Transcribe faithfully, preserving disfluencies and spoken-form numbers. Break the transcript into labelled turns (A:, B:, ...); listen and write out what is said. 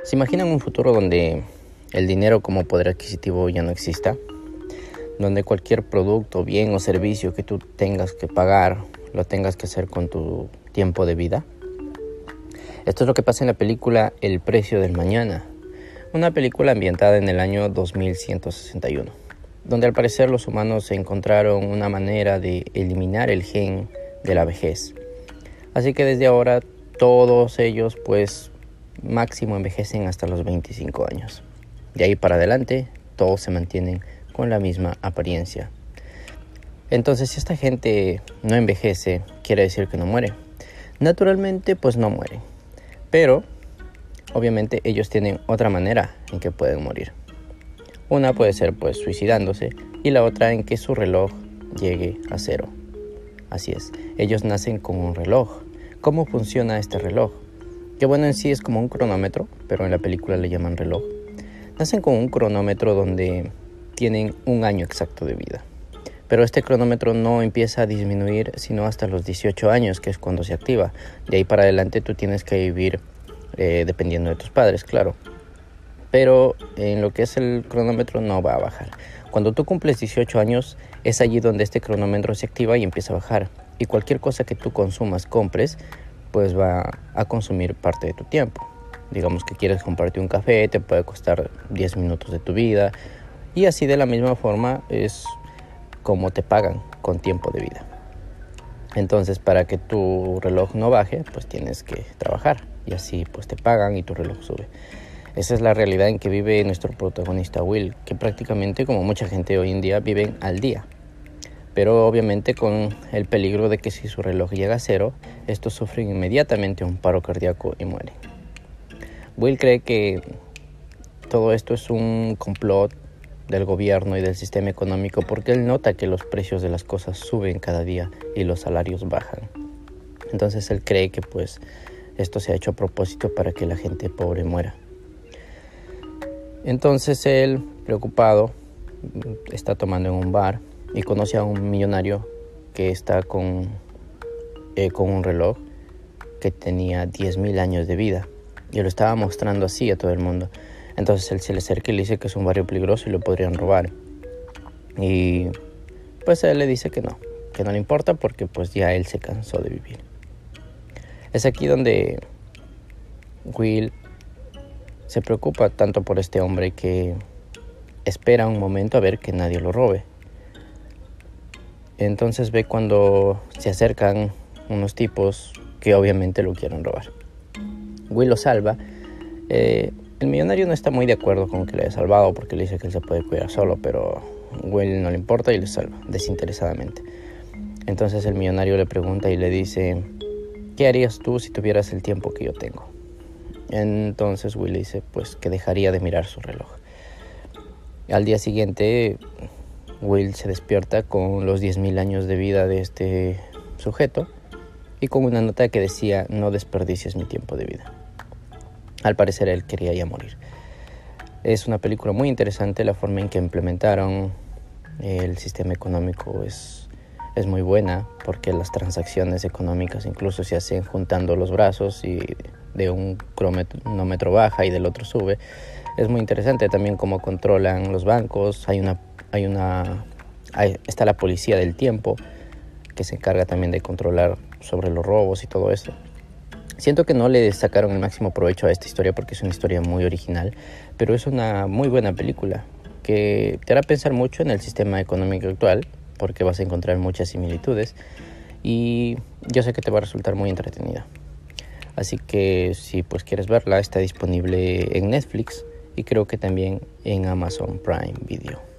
A: ¿Se imaginan un futuro donde el dinero como poder adquisitivo ya no exista? Donde cualquier producto, bien o servicio que tú tengas que pagar, lo tengas que hacer con tu tiempo de vida. Esto es lo que pasa en la película El precio del mañana, una película ambientada en el año dos mil ciento sesenta y uno, donde al parecer los humanos encontraron una manera de eliminar el gen de la vejez. Así que desde ahora todos ellos pues máximo envejecen hasta los veinticinco años. De ahí para adelante todos se mantienen con la misma apariencia. Entonces, si esta gente no envejece, quiere decir que no muere. Naturalmente, pues no mueren. Pero, obviamente, ellos tienen otra manera en que pueden morir. Una puede ser, pues, suicidándose, y la otra en que su reloj llegue a cero. Así es, ellos nacen con un reloj. ¿Cómo funciona este reloj? Que bueno, en sí es como un cronómetro, pero en la película le llaman reloj. Nacen con un cronómetro donde tienen un año exacto de vida. Pero este cronómetro no empieza a disminuir sino hasta los dieciocho años, que es cuando se activa. De ahí para adelante tú tienes que vivir eh, dependiendo de tus padres, claro. Pero en lo que es el cronómetro no va a bajar. Cuando tú cumples dieciocho años, es allí donde este cronómetro se activa y empieza a bajar. Y cualquier cosa que tú consumas, compres, pues va a consumir parte de tu tiempo. Digamos que quieres comprarte un café, te puede costar diez minutos de tu vida. Y así de la misma forma es como te pagan con tiempo de vida. Entonces, para que tu reloj no baje, pues tienes que trabajar. Y así pues te pagan y tu reloj sube. Esa es la realidad en que vive nuestro protagonista Will, que prácticamente, como mucha gente hoy en día, viven al día. Pero obviamente con el peligro de que si su reloj llega a cero, estos sufren inmediatamente un paro cardíaco y mueren. Will cree que todo esto es un complot del gobierno y del sistema económico porque él nota que los precios de las cosas suben cada día y los salarios bajan. Entonces él cree que pues esto se ha hecho a propósito para que la gente pobre muera. Entonces él, preocupado, está tomando en un bar y conoce a un millonario que está con, eh, con un reloj que tenía diez mil años de vida. Y lo estaba mostrando así a todo el mundo. Entonces él se le acerca y le dice que es un barrio peligroso y lo podrían robar. Y pues él le dice que no, que no le importa porque pues ya él se cansó de vivir. Es aquí donde Will se preocupa tanto por este hombre que espera un momento a ver que nadie lo robe. Entonces ve cuando se acercan unos tipos que obviamente lo quieren robar. Will lo salva. Eh, el millonario no está muy de acuerdo con que le haya salvado porque le dice que él se puede cuidar solo, pero Will no le importa y le salva desinteresadamente. Entonces el millonario le pregunta y le dice: ¿qué harías tú si tuvieras el tiempo que yo tengo? Entonces Will le dice pues que dejaría de mirar su reloj. Al día siguiente Will se despierta con los diez mil años de vida de este sujeto y con una nota que decía: no desperdicies mi tiempo de vida. Al parecer él quería ya morir. Es una película muy interesante, la forma en que implementaron el sistema económico es, es muy buena porque las transacciones económicas incluso se hacen juntando los brazos y de un cronómetro baja y del otro sube. Es muy interesante también cómo controlan los bancos. Hay una, hay una, hay, está la policía del tiempo que se encarga también de controlar sobre los robos y todo esto. Siento que no le sacaron el máximo provecho a esta historia porque es una historia muy original, pero es una muy buena película que te hará pensar mucho en el sistema económico actual porque vas a encontrar muchas similitudes y yo sé que te va a resultar muy entretenida. Así que si pues quieres verla, está disponible en Netflix y creo que también en Amazon Prime Video.